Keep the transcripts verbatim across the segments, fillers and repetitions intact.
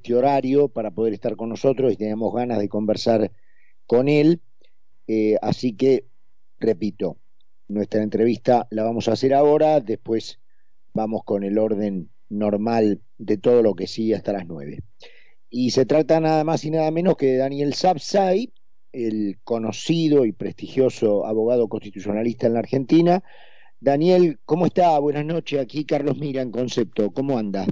este horario para poder estar con nosotros y teníamos ganas de conversar con él, eh, así que, repito, nuestra entrevista la vamos a hacer ahora, después vamos con el orden normal de todo lo que sigue hasta las nueve. Y se trata nada más y nada menos que de Daniel Sapsay, el conocido y prestigioso abogado constitucionalista en la Argentina. Daniel, ¿cómo está? Buenas noches, aquí Carlos Mira en Concepto, ¿cómo anda?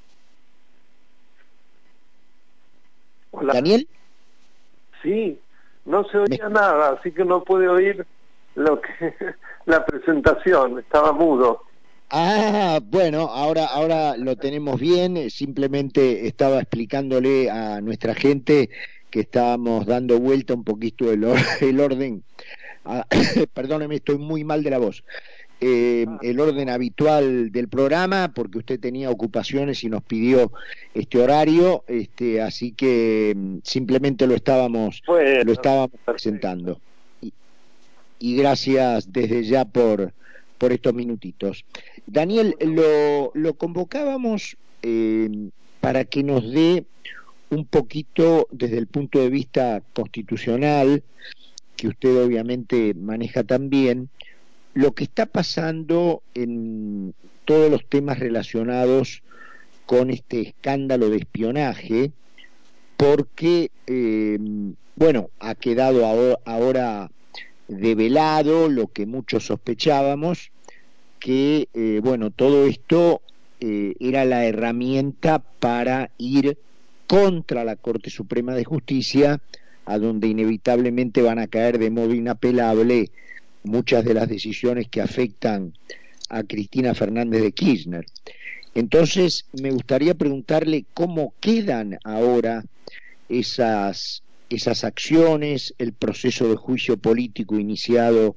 Hola. ¿Daniel? Sí, no se oía Me... nada, así que no pude oír lo que la presentación, estaba mudo. Ah, bueno, ahora, ahora lo tenemos bien, simplemente estaba explicándole a nuestra gente que estábamos dando vuelta un poquito el, or el orden, ah, perdóneme, estoy muy mal de la voz, eh, Ah, el orden habitual del programa, porque usted tenía ocupaciones y nos pidió este horario, este, así que mm, simplemente lo estábamos, bueno, lo estábamos perfecto. presentando. Y, y gracias desde ya por, por estos minutitos. Daniel, lo, lo convocábamos eh, para que nos dé un poquito desde el punto de vista constitucional, que usted obviamente maneja también, lo que está pasando en todos los temas relacionados con este escándalo de espionaje, porque, eh, bueno, ha quedado ahora, ahora develado lo que muchos sospechábamos, que, eh, bueno, todo esto eh, era la herramienta para ir contra la Corte Suprema de Justicia, a donde inevitablemente van a caer de modo inapelable muchas de las decisiones que afectan a Cristina Fernández de Kirchner. Entonces, me gustaría preguntarle cómo quedan ahora esas, esas acciones, el proceso de juicio político iniciado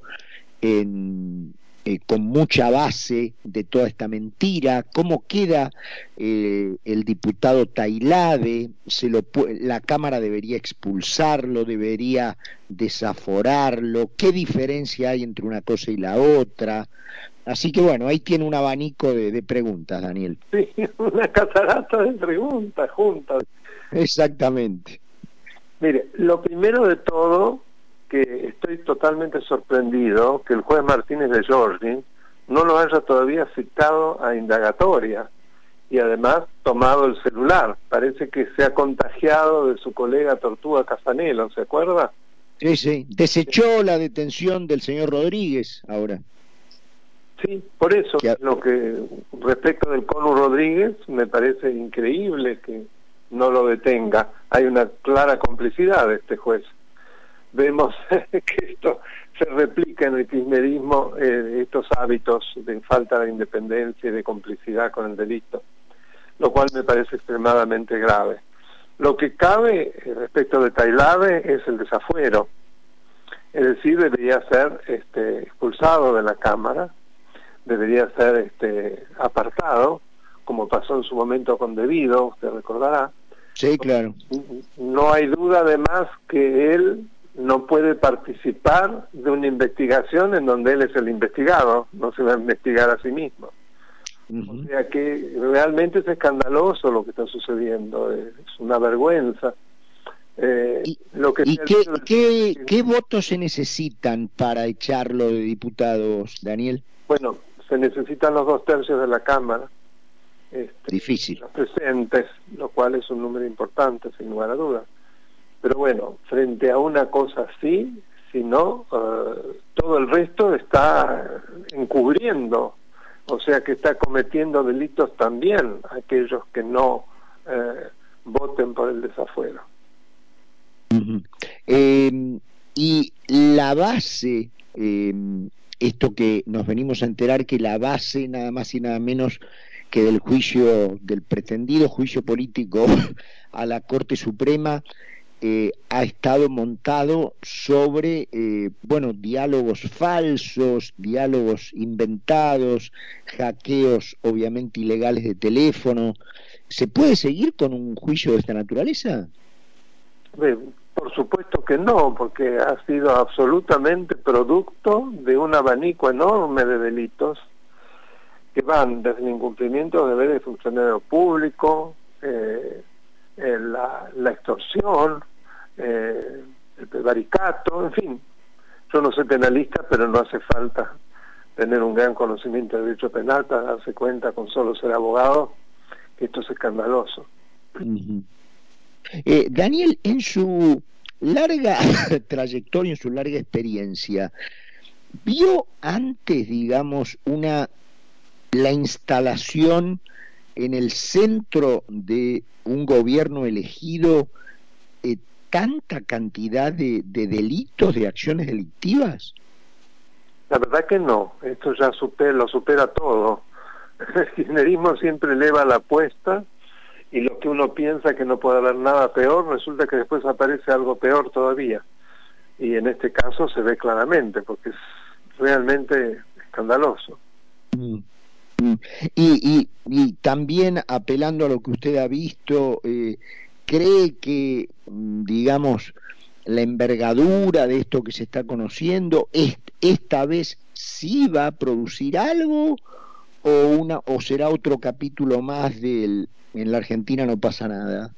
en, eh, con mucha base de toda esta mentira, cómo queda eh, el diputado Tailade, se lo, la Cámara debería expulsarlo, debería desaforarlo, qué diferencia hay entre una cosa y la otra. Así que bueno, ahí tiene un abanico de, de preguntas, Daniel. Sí, una catarata de preguntas juntas. Exactamente. Mire, lo primero de todo, que estoy totalmente sorprendido que el juez Martínez de Giorgi no lo haya todavía citado a indagatoria y además tomado el celular. Parece que se ha contagiado de su colega Tortuga Casanelo, ¿se acuerda? Sí, sí, desechó la detención del señor Rodríguez ahora. Sí, por eso Que... lo que respecto del Conu Rodríguez me parece increíble que no lo detenga. Hay una clara complicidad de este juez. Vemos que esto se replica en el kirchnerismo, eh, estos hábitos de falta de independencia y de complicidad con el delito, lo cual me parece extremadamente grave. Lo que cabe eh, respecto de Tailade es el desafuero, es decir, debería ser este, expulsado de la Cámara, debería ser este, apartado, como pasó en su momento con Debido, usted recordará. Sí, claro. No hay duda además que él no puede participar de una investigación en donde él es el investigado, no se va a investigar a sí mismo. Uh-huh. O sea que realmente es escandaloso lo que está sucediendo, es una vergüenza. Eh, ¿Y, lo que ¿y qué, qué, qué votos se necesitan para echarlo de diputados, Daniel? Bueno, se necesitan los dos tercios de la Cámara. Este, Difícil. Los presentes, lo cual es un número importante, sin lugar a dudas. Pero bueno, frente a una cosa así, si no, uh, todo el resto está encubriendo, o sea que está cometiendo delitos también aquellos que no eh, voten por el desafuero. Uh-huh. eh, y la base, eh, esto que nos venimos a enterar que la base nada más y nada menos que del juicio, del pretendido juicio político a la Corte Suprema, eh, ha estado montado sobre, eh, bueno, diálogos falsos, diálogos inventados, hackeos obviamente ilegales de teléfono. ¿Se puede seguir con un juicio de esta naturaleza? Bien, por supuesto que no, porque ha sido absolutamente producto de un abanico enorme de delitos que van desde el incumplimiento de deberes de funcionario público, eh, eh, la, la extorsión, eh, el prevaricato, en fin. Yo no soy penalista, pero no hace falta tener un gran conocimiento de derecho penal para darse cuenta con solo ser abogado que esto es escandaloso. Uh-huh. eh, Daniel, en su larga trayectoria, en su larga experiencia, ¿vio antes, digamos, una la instalación en el centro de un gobierno elegido eh, tanta cantidad de, de delitos, de acciones delictivas? La verdad que no, esto ya supera, lo supera todo. El kirchnerismo siempre eleva la apuesta y lo que uno piensa que no puede haber nada peor, resulta que después aparece algo peor todavía. Y en este caso se ve claramente, porque es realmente escandaloso. Mm. Mm. Y, y, y también apelando a lo que usted ha visto, eh, ¿cree que, digamos, la envergadura de esto que se está conociendo es, esta vez sí va a producir algo o una o será otro capítulo más del en la Argentina no pasa nada?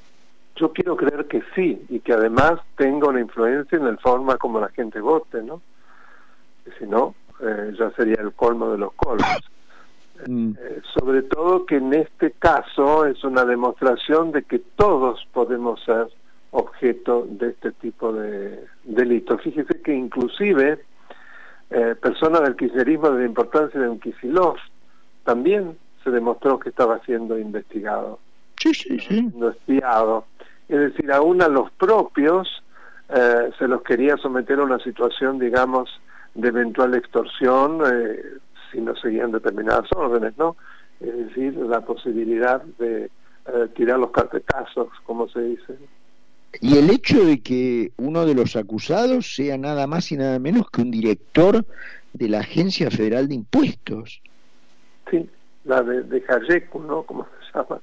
Yo quiero creer que sí, y que además tenga una influencia en la forma como la gente vote, ¿no? Que si no, eh, ya sería el colmo de los colmos. Mm. Eh, sobre todo que en este caso es una demostración de que todos podemos ser objeto de este tipo de delitos. Fíjese que inclusive eh, personas del kirchnerismo de la importancia de un Kicillof también se demostró que estaba siendo investigado, sí, sí, sí. siendo espiado. Es decir, aún a los propios eh, se los quería someter a una situación, digamos, de eventual extorsión eh, si no seguían determinadas órdenes, ¿no? Es decir, la posibilidad de eh, tirar los carpetazos, como se dice. Y el hecho de que uno de los acusados sea nada más y nada menos que un director de la Agencia Federal de Impuestos. Sí, la de, de Jayeku, ¿no? ¿Cómo se llama?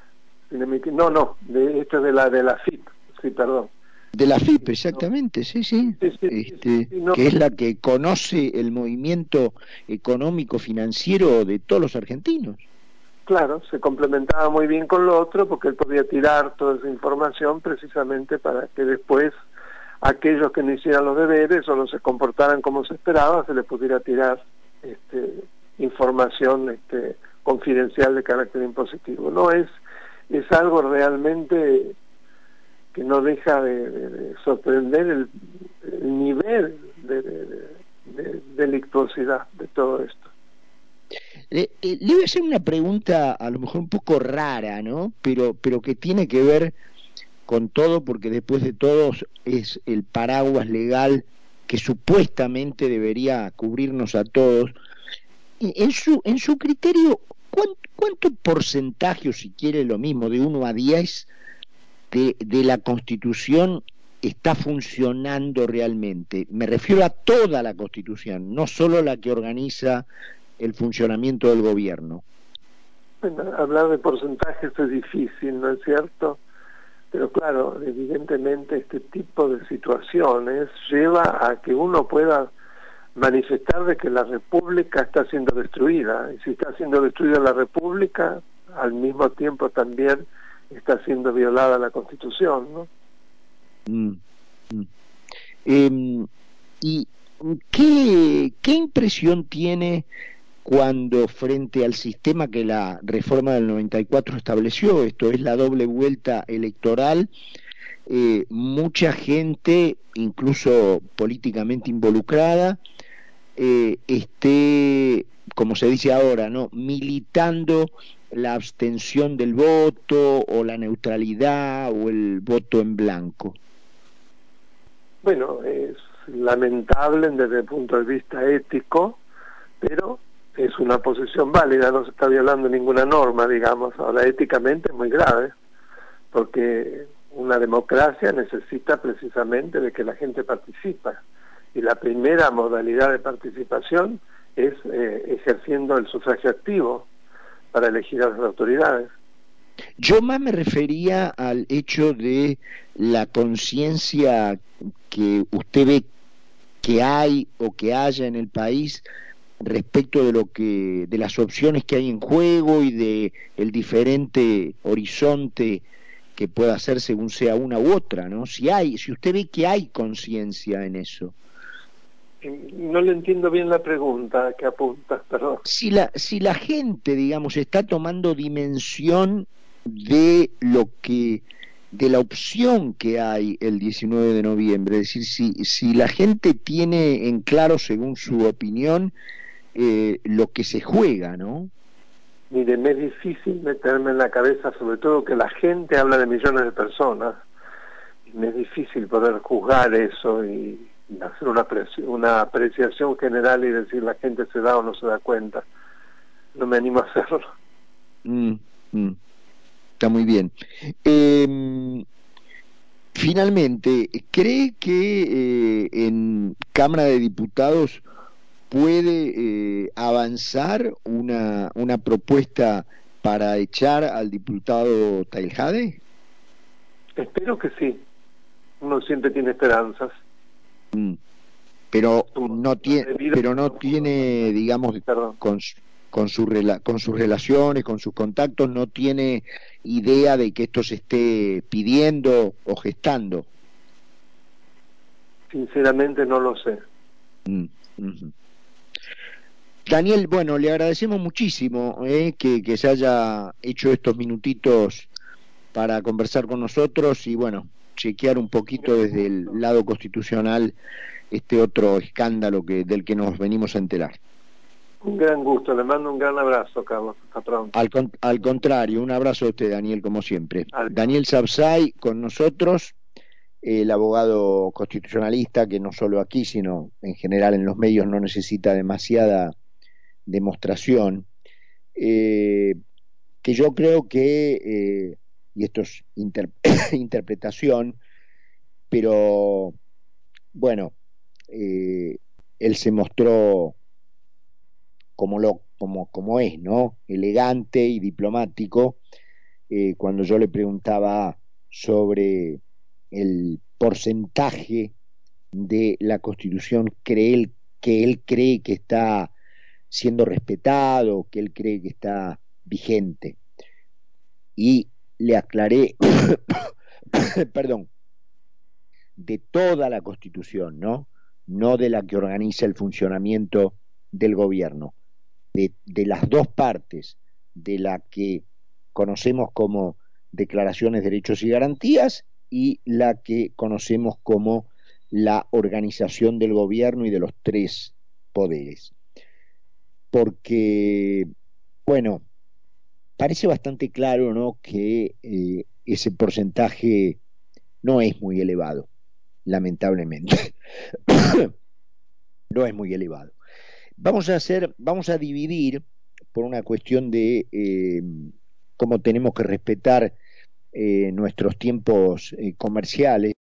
No, no, de, esta es de la de la F I P, sí, perdón. De la F I P, exactamente, sí, sí, sí, sí, este, sí no. Que es la que conoce el movimiento económico financiero de todos los argentinos. Claro, se complementaba muy bien con lo otro porque él podía tirar toda esa información precisamente para que después aquellos que no hicieran los deberes o no se comportaran como se esperaba, se les pudiera tirar este, información este, confidencial de carácter impositivo. No es, es algo realmente que no deja de, de, de sorprender el, el nivel de, de, de, de delictuosidad de todo esto. Le, eh, le voy a hacer una pregunta a lo mejor un poco rara, ¿no? Pero, pero que tiene que ver con todo, porque después de todo es el paraguas legal que supuestamente debería cubrirnos a todos. En su, en su criterio, ¿cuánto, cuánto porcentaje, o si quiere lo mismo, de uno a diez, de, de la Constitución está funcionando realmente? Me refiero a toda la Constitución, no solo la que organiza el funcionamiento del gobierno. Bueno, hablar de porcentajes es difícil, ¿no es cierto? Pero claro, evidentemente este tipo de situaciones lleva a que uno pueda manifestar de que la República está siendo destruida, y si está siendo destruida la República, al mismo tiempo también está siendo violada la Constitución, ¿no? Mm, mm. Eh, ¿Y qué, qué impresión tiene cuando frente al sistema que la reforma del noventa y cuatro estableció, esto es la doble vuelta electoral, eh, mucha gente, incluso políticamente involucrada, eh, esté, como se dice ahora, ¿no?, militando la abstención del voto o la neutralidad o el voto en blanco? Bueno, es lamentable desde el punto de vista ético, pero es una posición válida, no se está violando ninguna norma, digamos. Ahora, éticamente es muy grave, porque una democracia necesita precisamente de que la gente participa, y la primera modalidad de participación es eh, ejerciendo el sufragio activo para elegir a las autoridades. Yo más me refería al hecho de la conciencia que usted ve que hay o que haya en el país respecto de lo que de las opciones que hay en juego y de el diferente horizonte que pueda hacer según sea una u otra, ¿no? Si hay, si usted ve que hay conciencia en eso. No le entiendo bien la pregunta que apuntas, perdón. Si la, si la gente, digamos, está tomando dimensión de lo que, de la opción que hay el diecinueve de noviembre, es decir, si, si la gente tiene en claro, según su opinión, eh, lo que se juega, ¿no? Mire, me es difícil meterme en la cabeza, sobre todo que la gente habla de millones de personas, y me es difícil poder juzgar eso y, y hacer una, una apreciación general y decir la gente se da o no se da cuenta. No me animo a hacerlo. Mm, mm. Está muy bien. Eh, finalmente, ¿cree que eh, en Cámara de Diputados puede eh, avanzar una, una propuesta para echar al diputado Tailhade? Espero que sí. Uno siempre tiene esperanzas. Mm. Pero no tiene, pero no tiene, digamos, con, con, su rela, con sus relaciones, con sus contactos, no tiene idea de que esto se esté pidiendo o gestando. Sinceramente no lo sé. Mm, uh-huh. Daniel, bueno, le agradecemos muchísimo eh, que, que se haya hecho estos minutitos para conversar con nosotros y, bueno, chequear un poquito desde el lado constitucional este otro escándalo que del que nos venimos a enterar. Un gran gusto, le mando un gran abrazo, Carlos. Hasta pronto. Al, con, al contrario, un abrazo a usted, Daniel, como siempre. Al... Daniel Sabzai con nosotros, el abogado constitucionalista que no solo aquí, sino en general en los medios no necesita demasiada demostración, eh, que yo creo que, eh, y esto es inter interpretación, pero bueno, eh, él se mostró como, lo, como, como es, ¿no? Elegante y diplomático, eh, cuando yo le preguntaba sobre el porcentaje de la Constitución que él, que él cree que está siendo respetado, que él cree que está vigente. Y le aclaré, perdón, de toda la Constitución, ¿no? No de la que organiza el funcionamiento del gobierno, de, de las dos partes, de la que conocemos como Declaraciones de Derechos y Garantías y la que conocemos como la organización del gobierno y de los tres poderes. Porque, bueno, parece bastante claro, ¿no?, que eh, ese porcentaje no es muy elevado, lamentablemente. No es muy elevado. Vamos a hacer, vamos a dividir por una cuestión de eh, cómo tenemos que respetar eh, nuestros tiempos eh, comerciales.